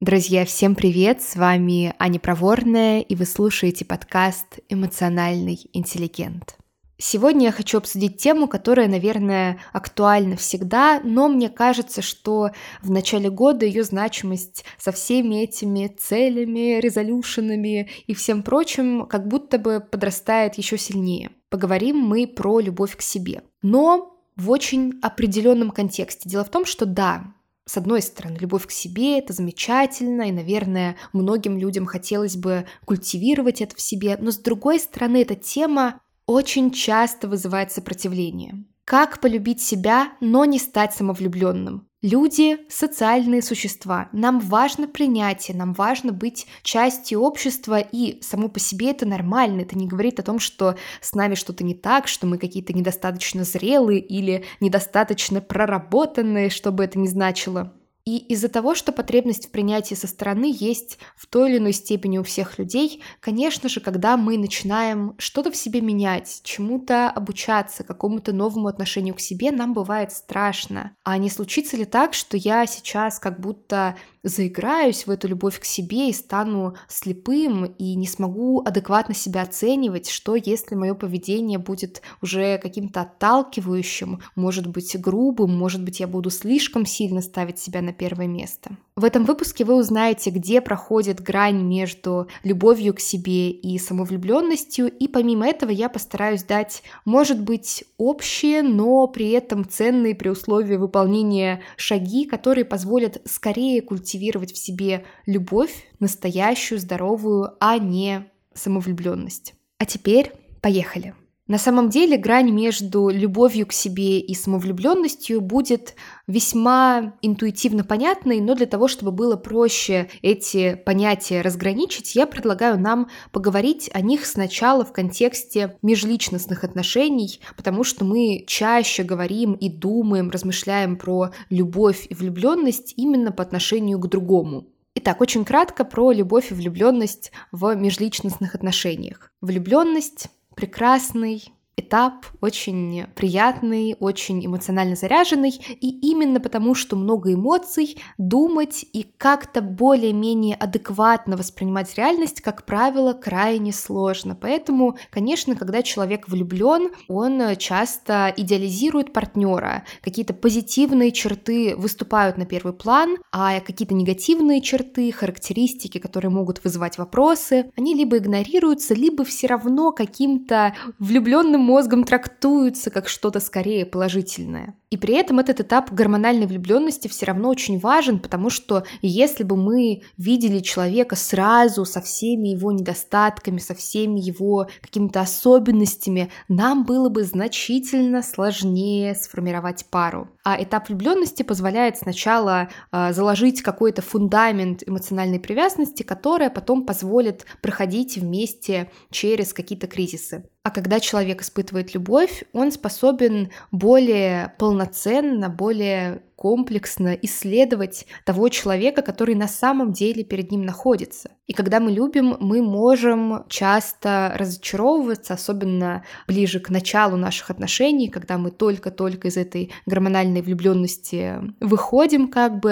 Друзья, всем привет! С вами Аня Проворная, и вы слушаете подкаст «Эмоциональный интеллигент». Сегодня я хочу обсудить тему, которая, наверное, актуальна всегда, но мне кажется, что в начале года ее значимость со всеми этими целями, резолюшенами и всем прочим как будто бы подрастает еще сильнее. Поговорим мы про любовь к себе, но в очень определенном контексте. Дело в том, что да, с одной стороны, любовь к себе — это замечательно, и, наверное, многим людям хотелось бы культивировать это в себе, но с другой стороны, эта тема очень часто вызывает сопротивление. Как полюбить себя, но не стать самовлюбленным? Люди — социальные существа, нам важно принятие, нам важно быть частью общества, и само по себе это нормально, это не говорит о том, что с нами что-то не так, что мы какие-то недостаточно зрелые или недостаточно проработанные, что бы это ни значило. И из-за того, что потребность в принятии со стороны есть в той или иной степени у всех людей, конечно же, когда мы начинаем что-то в себе менять, чему-то обучаться, какому-то новому отношению к себе, нам бывает страшно. А не случится ли так, что я сейчас как будто заиграюсь в эту любовь к себе и стану слепым и не смогу адекватно себя оценивать, что если мое поведение будет уже каким-то отталкивающим, может быть грубым, может быть я буду слишком сильно ставить себя на первое место. В этом выпуске вы узнаете, где проходит грань между любовью к себе и самовлюбленностью, и помимо этого я постараюсь дать, может быть, общие, но при этом ценные при условии выполнения шаги, которые позволят скорее культивировать в себе любовь, настоящую, здоровую, а не самовлюбленность. А теперь поехали! На самом деле грань между любовью к себе и самовлюбленностью будет весьма интуитивно понятной, но для того, чтобы было проще эти понятия разграничить, я предлагаю нам поговорить о них сначала в контексте межличностных отношений, потому что мы чаще говорим и думаем, размышляем про любовь и влюбленность именно по отношению к другому. Итак, очень кратко про любовь и влюбленность в межличностных отношениях. Влюбленность — прекрасный этап, очень приятный, очень эмоционально заряженный, и именно потому, что много эмоций, думать и как-то более-менее адекватно воспринимать реальность, как правило, крайне сложно. Поэтому, конечно, когда человек влюблен, он часто идеализирует партнера, какие-то позитивные черты выступают на первый план, а какие-то негативные черты, характеристики, которые могут вызывать вопросы, они либо игнорируются, либо все равно каким-то влюбленным мозгом трактуются как что-то скорее положительное. И при этом этот этап гормональной влюбленности все равно очень важен, потому что если бы мы видели человека сразу со всеми его недостатками, со всеми его какими-то особенностями, нам было бы значительно сложнее сформировать пару. А этап влюбленности позволяет сначала заложить какой-то фундамент эмоциональной привязанности, которая потом позволит проходить вместе через какие-то кризисы. А когда человек испытывает любовь, он способен более полноценно, более комплексно исследовать того человека, который на самом деле перед ним находится. И когда мы любим, мы можем часто разочаровываться, особенно ближе к началу наших отношений, когда мы только-только из этой гормональной влюбленности выходим,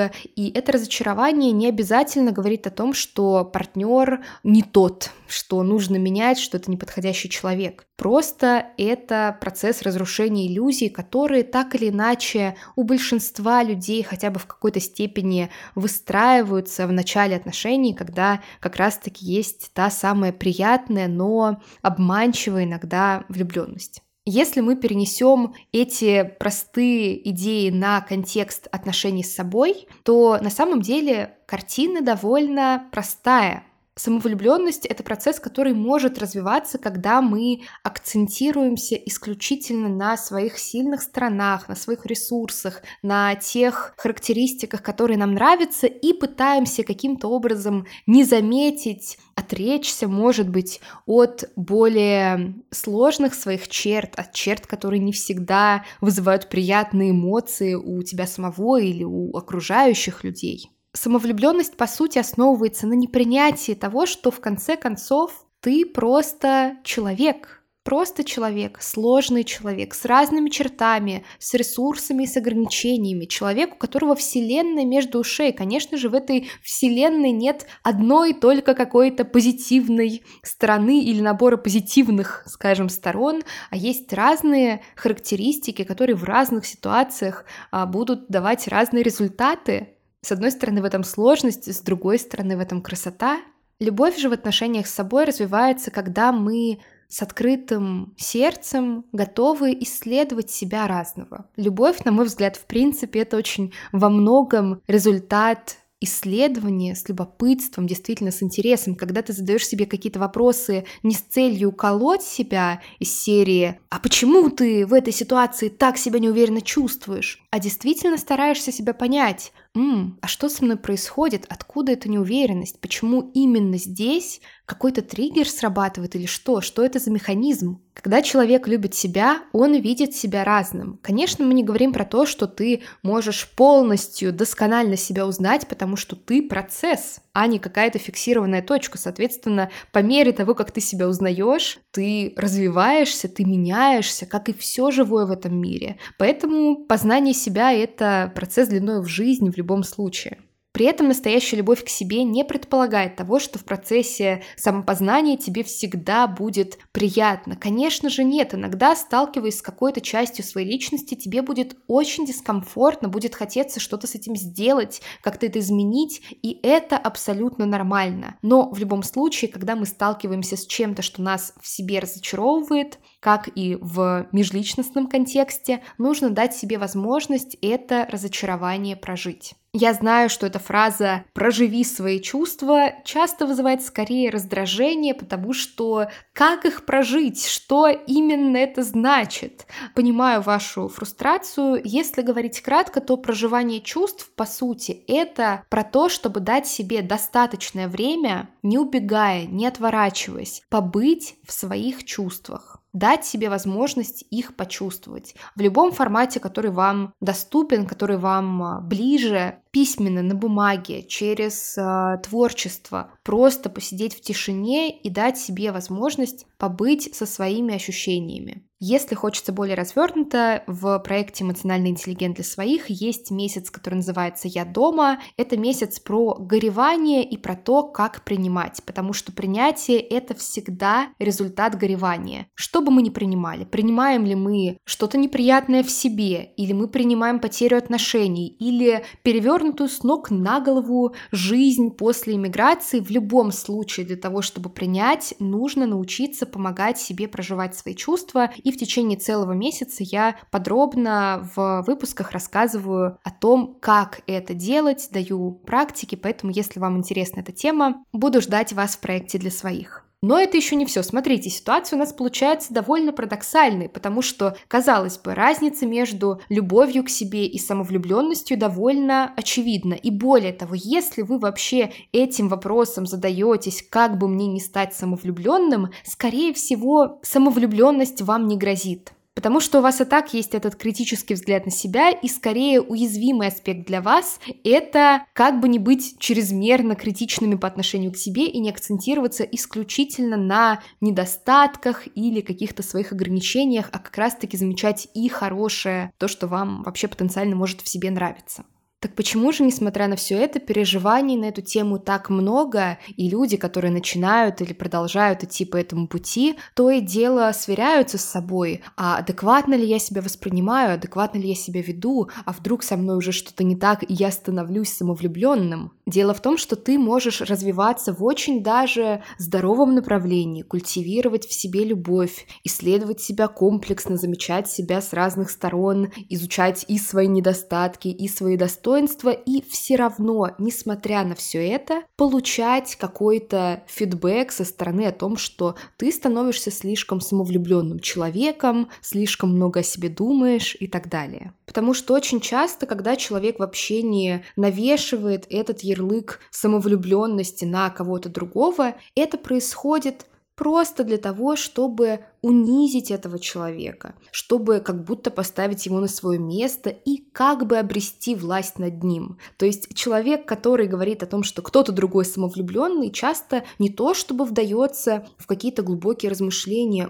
и это разочарование не обязательно говорит о том, что партнер не тот, что нужно менять, что это неподходящий человек. Просто это процесс разрушения иллюзий, которые так или иначе у большинства людей хотя бы в какой-то степени выстраиваются в начале отношений, когда как раз-таки есть та самая приятная, но обманчивая иногда влюбленность. Если мы перенесем эти простые идеи на контекст отношений с собой, то на самом деле картина довольно простая. Самовлюбленность — это процесс, который может развиваться, когда мы акцентируемся исключительно на своих сильных сторонах, на своих ресурсах, на тех характеристиках, которые нам нравятся, и пытаемся каким-то образом не заметить, отречься, может быть, от более сложных своих черт, от черт, которые не всегда вызывают приятные эмоции у тебя самого или у окружающих людей. Самовлюбленность, по сути, основывается на непринятии того, что в конце концов ты просто человек, Просто человек, сложный человек, с разными чертами, с ресурсами и с ограничениями. Человек, у которого вселенная между ушей. Конечно же, в этой вселенной нет одной только какой-то позитивной стороны или набора позитивных, скажем, сторон, а есть разные характеристики, которые в разных ситуациях будут давать разные результаты. С одной стороны, в этом сложность, с другой стороны, в этом красота. Любовь же в отношениях с собой развивается, когда мы с открытым сердцем готовы исследовать себя разного. Любовь, на мой взгляд, в принципе, это очень во многом результат исследования с любопытством, действительно с интересом, когда ты задаешь себе какие-то вопросы не с целью уколоть себя из серии «А почему ты в этой ситуации так себя неуверенно чувствуешь?», а действительно стараешься себя понять, а что со мной происходит, откуда эта неуверенность, почему именно здесь какой-то триггер срабатывает или что это за механизм. Когда человек любит себя, он видит себя разным. Конечно, мы не говорим про то, что ты можешь полностью, досконально себя узнать, потому что ты процесс, а не какая-то фиксированная точка. Соответственно, по мере того, как ты себя узнаешь, ты развиваешься, ты меняешься, как и все живое в этом мире. Поэтому познание себя — это процесс длиной в жизнь в любом случае. При этом настоящая любовь к себе не предполагает того, что в процессе самопознания тебе всегда будет приятно. Конечно же нет, иногда, сталкиваясь с какой-то частью своей личности, тебе будет очень дискомфортно, будет хотеться что-то с этим сделать, как-то это изменить, и это абсолютно нормально. Но в любом случае, когда мы сталкиваемся с чем-то, что нас в себе разочаровывает, как и в межличностном контексте, нужно дать себе возможность это разочарование прожить. Я знаю, что эта фраза «проживи свои чувства» часто вызывает скорее раздражение, потому что как их прожить, что именно это значит? Понимаю вашу фрустрацию. Если говорить кратко, то проживание чувств, по сути, это про то, чтобы дать себе достаточное время, не убегая, не отворачиваясь, побыть в своих чувствах. Дать себе возможность их почувствовать в любом формате, который вам доступен, который вам ближе, письменно, на бумаге, через творчество, просто посидеть в тишине и дать себе возможность побыть со своими ощущениями. Если хочется более развернуто, в проекте «Эмоциональный интеллигент для своих» есть месяц, который называется «Я дома». Это месяц про горевание и про то, как принимать, потому что принятие — это всегда результат горевания. Что бы мы ни принимали, принимаем ли мы что-то неприятное в себе, или мы принимаем потерю отношений, или перевернутую с ног на голову жизнь после иммиграции, в любом случае для того, чтобы принять, нужно научиться помогать себе проживать свои чувства. И в течение целого месяца я подробно в выпусках рассказываю о том, как это делать, даю практики, поэтому, если вам интересна эта тема, буду ждать вас в проекте для своих. Но это еще не все. Смотрите, ситуация у нас получается довольно парадоксальной, потому что, казалось бы, разница между любовью к себе и самовлюбленностью довольно очевидна. И более того, если вы вообще этим вопросом задаетесь, как бы мне не стать самовлюбленным, скорее всего, самовлюбленность вам не грозит. Потому что у вас и так есть этот критический взгляд на себя, и скорее уязвимый аспект для вас — это как бы не быть чрезмерно критичными по отношению к себе и не акцентироваться исключительно на недостатках или каких-то своих ограничениях, а как раз-таки замечать и хорошее, то, что вам вообще потенциально может в себе нравиться. Так почему же, несмотря на все это, переживаний на эту тему так много, и люди, которые начинают или продолжают идти по этому пути, то и дело сверяются с собой, а адекватно ли я себя воспринимаю, адекватно ли я себя веду, а вдруг со мной уже что-то не так, и я становлюсь самовлюбленным? Дело в том, что ты можешь развиваться в очень даже здоровом направлении, культивировать в себе любовь, исследовать себя комплексно, замечать себя с разных сторон, изучать и свои недостатки, и свои достоинства, и все равно, несмотря на все это, получать какой-то фидбэк со стороны о том, что ты становишься слишком самовлюбленным человеком, слишком много о себе думаешь и так далее. Потому что очень часто, когда человек в общении навешивает этот ярлык самовлюбленности на кого-то другого, это происходит просто для того, чтобы унизить этого человека, чтобы как будто поставить его на свое место и как бы обрести власть над ним. То есть человек, который говорит о том, что кто-то другой самовлюбленный, часто не то чтобы вдается в какие-то глубокие размышления,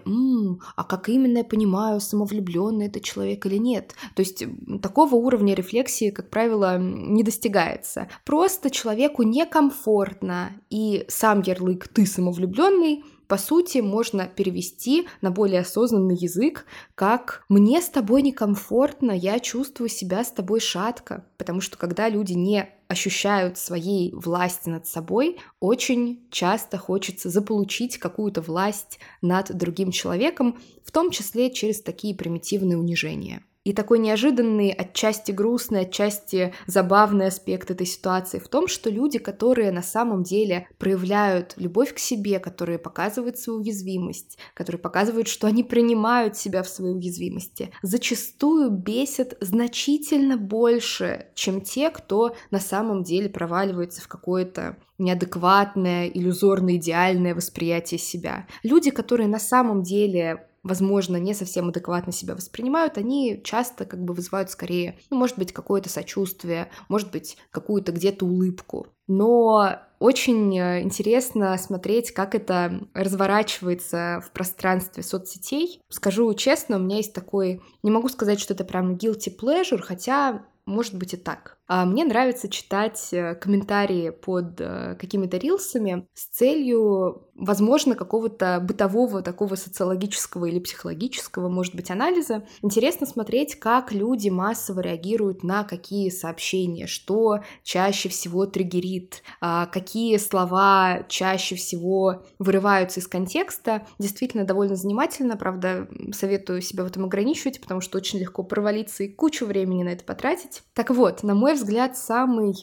а как именно я понимаю, самовлюбленный это человек или нет. То есть такого уровня рефлексии, как правило, не достигается. Просто человеку некомфортно, и сам ярлык «ты самовлюбленный» по сути, можно перевести на более осознанный язык, как «мне с тобой некомфортно, я чувствую себя с тобой шатко». Потому что когда люди не ощущают своей власти над собой, очень часто хочется заполучить какую-то власть над другим человеком, в том числе через такие примитивные унижения. И такой неожиданный, отчасти грустный, отчасти забавный аспект этой ситуации в том, что люди, которые на самом деле проявляют любовь к себе, которые показывают свою уязвимость, которые показывают, что они принимают себя в своей уязвимости, зачастую бесят значительно больше, чем те, кто на самом деле проваливается в какое-то неадекватное, иллюзорно идеальное восприятие себя. Люди, которые на самом деле возможно, не совсем адекватно себя воспринимают, они часто как бы вызывают скорее, может быть, какое-то сочувствие, может быть, какую-то где-то улыбку. Но очень интересно смотреть, как это разворачивается в пространстве соцсетей. Скажу честно, у меня есть такой, не могу сказать, что это прям guilty pleasure, хотя может быть и так. Мне нравится читать комментарии под какими-то рилсами с целью, возможно, какого-то бытового, такого социологического или психологического, может быть, анализа. Интересно смотреть, как люди массово реагируют на какие сообщения, что чаще всего триггерит, какие слова чаще всего вырываются из контекста. Действительно, довольно занимательно, правда, советую себя в этом ограничивать, потому что очень легко провалиться и кучу времени на это потратить. Так вот, на мой взгляд, самый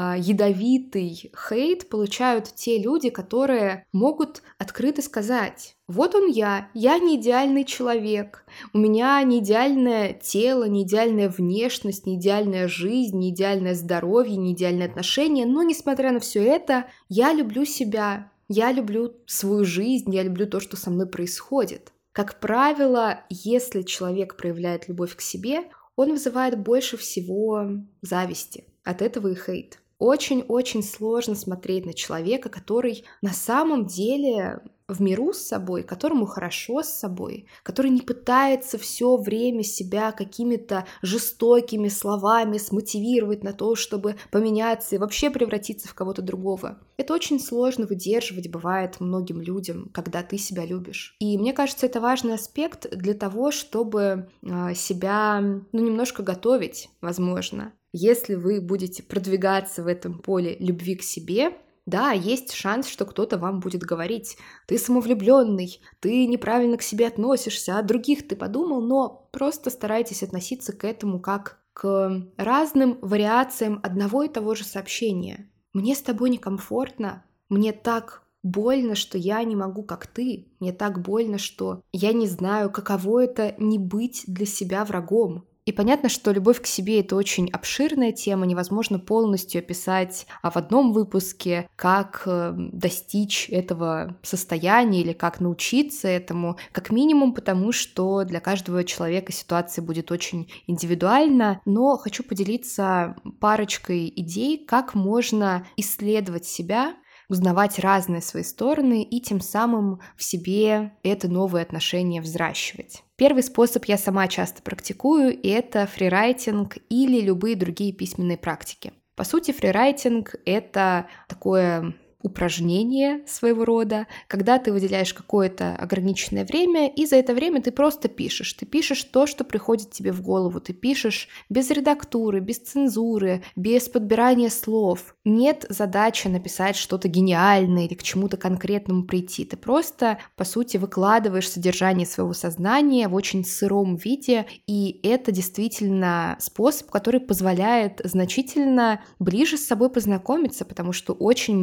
ядовитый хейт получают те люди, которые могут открыто сказать: вот он я не идеальный человек, у меня не идеальное тело, не идеальная внешность, не идеальная жизнь, не идеальное здоровье, не идеальные отношения, но несмотря на все это, я люблю себя, я люблю свою жизнь, я люблю то, что со мной происходит. Как правило, если человек проявляет любовь к себе, он вызывает больше всего зависти. От этого и хейт. Очень-очень сложно смотреть на человека, который на самом деле в миру с собой, которому хорошо с собой, который не пытается все время себя какими-то жестокими словами смотивировать на то, чтобы поменяться и вообще превратиться в кого-то другого. Это очень сложно выдерживать, бывает, многим людям, когда ты себя любишь. И мне кажется, это важный аспект для того, чтобы себя немножко готовить, возможно. Если вы будете продвигаться в этом поле любви к себе, да, есть шанс, что кто-то вам будет говорить: ты самовлюбленный, ты неправильно к себе относишься, о других ты подумал, но просто старайтесь относиться к этому как к разным вариациям одного и того же сообщения. Мне с тобой некомфортно, мне так больно, что я не могу, как ты, мне так больно, что я не знаю, каково это не быть для себя врагом. И понятно, что любовь к себе — это очень обширная тема, невозможно полностью описать в одном выпуске, как достичь этого состояния или как научиться этому, как минимум потому, что для каждого человека ситуация будет очень индивидуальна, но хочу поделиться парочкой идей, как можно исследовать себя, узнавать разные свои стороны и тем самым в себе это новые отношения взращивать. Первый способ я сама часто практикую, и это фрирайтинг или любые другие письменные практики. По сути, фрирайтинг — это такое упражнение своего рода, когда ты выделяешь какое-то ограниченное время, и за это время ты просто пишешь. Ты пишешь то, что приходит тебе в голову. Ты пишешь без редактуры, без цензуры, без подбирания слов. Нет задачи написать что-то гениальное или к чему-то конкретному прийти. Ты просто, по сути, выкладываешь содержание своего сознания в очень сыром виде, и это действительно способ, который позволяет значительно ближе с собой познакомиться, потому что очень много из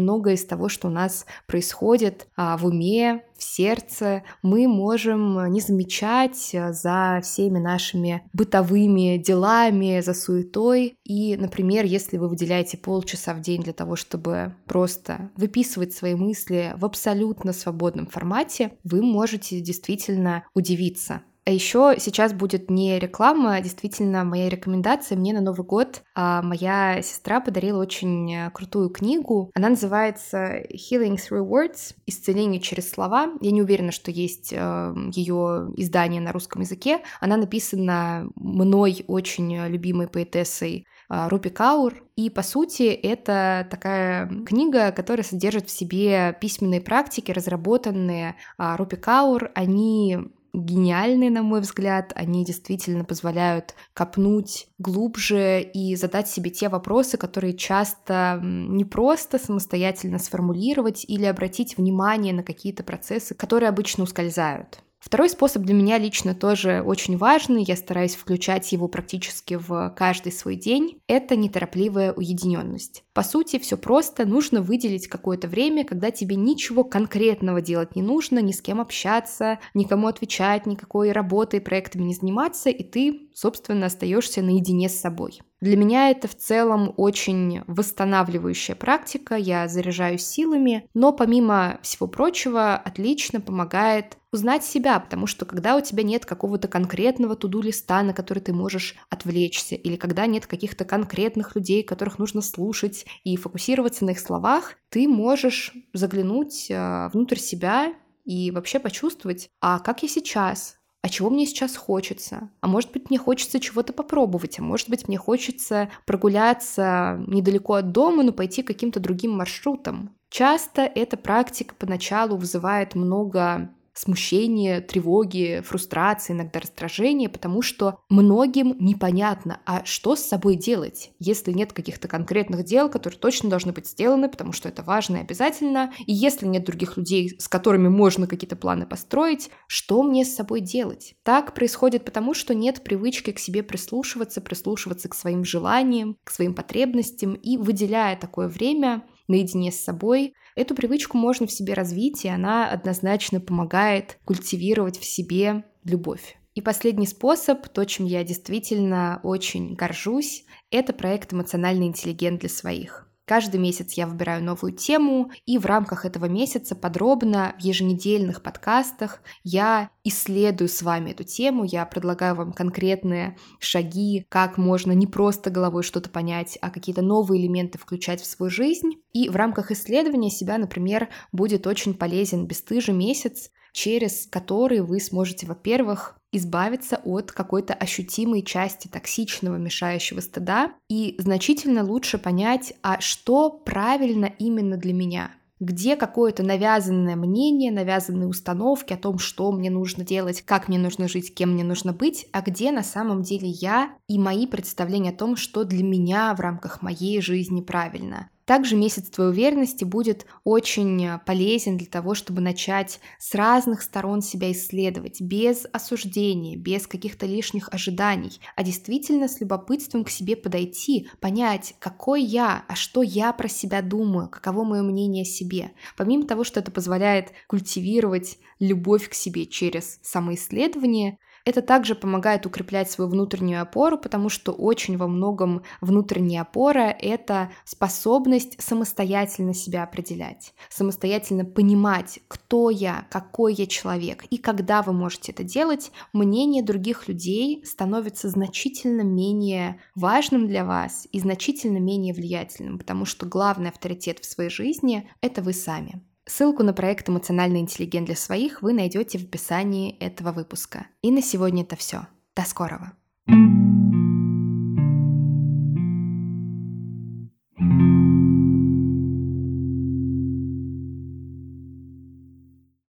того, что у нас происходит в уме, в сердце, мы можем не замечать за всеми нашими бытовыми делами, за суетой. И, например, если вы выделяете полчаса в день для того, чтобы просто выписывать свои мысли в абсолютно свободном формате, вы можете действительно удивиться. А еще сейчас будет не реклама, а действительно моя рекомендация. Мне на Новый год моя сестра подарила очень крутую книгу. Она называется Healing Through Words, исцеление через слова. Я не уверена, что есть ее издание на русском языке. Она написана мной очень любимой поэтессой Рупи Каур. И, по сути, это такая книга, которая содержит в себе письменные практики, разработанные Рупи Каур. Они гениальные, на мой взгляд, они действительно позволяют копнуть глубже и задать себе те вопросы, которые часто не просто самостоятельно сформулировать или обратить внимание на какие-то процессы, которые обычно ускользают. Второй способ для меня лично тоже очень важный, я стараюсь включать его практически в каждый свой день, это неторопливая уединенность. По сути, все просто, нужно выделить какое-то время, когда тебе ничего конкретного делать не нужно, ни с кем общаться, никому отвечать, никакой работой, проектами не заниматься, и ты, собственно, остаешься наедине с собой. Для меня это в целом очень восстанавливающая практика, я заряжаюсь силами, но помимо всего прочего отлично помогает узнать себя, потому что когда у тебя нет какого-то конкретного туду-листа, на который ты можешь отвлечься, или когда нет каких-то конкретных людей, которых нужно слушать и фокусироваться на их словах, ты можешь заглянуть внутрь себя и вообще почувствовать, а как я сейчас? А чего мне сейчас хочется? А может быть, мне хочется чего-то попробовать, а может быть, мне хочется прогуляться недалеко от дома, но пойти каким-то другим маршрутом. Часто эта практика поначалу вызывает много смущения, тревоги, фрустрации, иногда раздражения, потому что многим непонятно, а что с собой делать, если нет каких-то конкретных дел, которые точно должны быть сделаны, потому что это важно и обязательно, и если нет других людей, с которыми можно какие-то планы построить, что мне с собой делать? Так происходит потому, что нет привычки к себе прислушиваться к своим желаниям, к своим потребностям, и выделяя такое время наедине с собой, эту привычку можно в себе развить, и она однозначно помогает культивировать в себе любовь. И последний способ, то, чем я действительно очень горжусь, это проект «Эмоциональный интеллигент для своих». Каждый месяц я выбираю новую тему, и в рамках этого месяца подробно в еженедельных подкастах я исследую с вами эту тему, я предлагаю вам конкретные шаги, как можно не просто головой что-то понять, а какие-то новые элементы включать в свою жизнь. И в рамках исследования себя, например, будет очень полезен бесстыжий месяц, через который вы сможете, во-первых, избавиться от какой-то ощутимой части токсичного мешающего стыда и значительно лучше понять, а что правильно именно для меня. Где какое-то навязанное мнение, навязанные установки о том, что мне нужно делать, как мне нужно жить, кем мне нужно быть, а где на самом деле я и мои представления о том, что для меня в рамках моей жизни правильно. Также месяц твоей уверенности будет очень полезен для того, чтобы начать с разных сторон себя исследовать, без осуждения, без каких-то лишних ожиданий, а действительно с любопытством к себе подойти, понять, какой я, а что я про себя думаю, каково мое мнение о себе. Помимо того, что это позволяет культивировать любовь к себе через самоисследование, это также помогает укреплять свою внутреннюю опору, потому что очень во многом внутренняя опора — это способность самостоятельно себя определять, самостоятельно понимать, кто я, какой я человек. И когда вы можете это делать, мнение других людей становится значительно менее важным для вас и значительно менее влиятельным, потому что главный авторитет в своей жизни — это вы сами. Ссылку на проект «Эмоциональный интеллигент для своих» вы найдете в описании этого выпуска. И на сегодня это все. До скорого!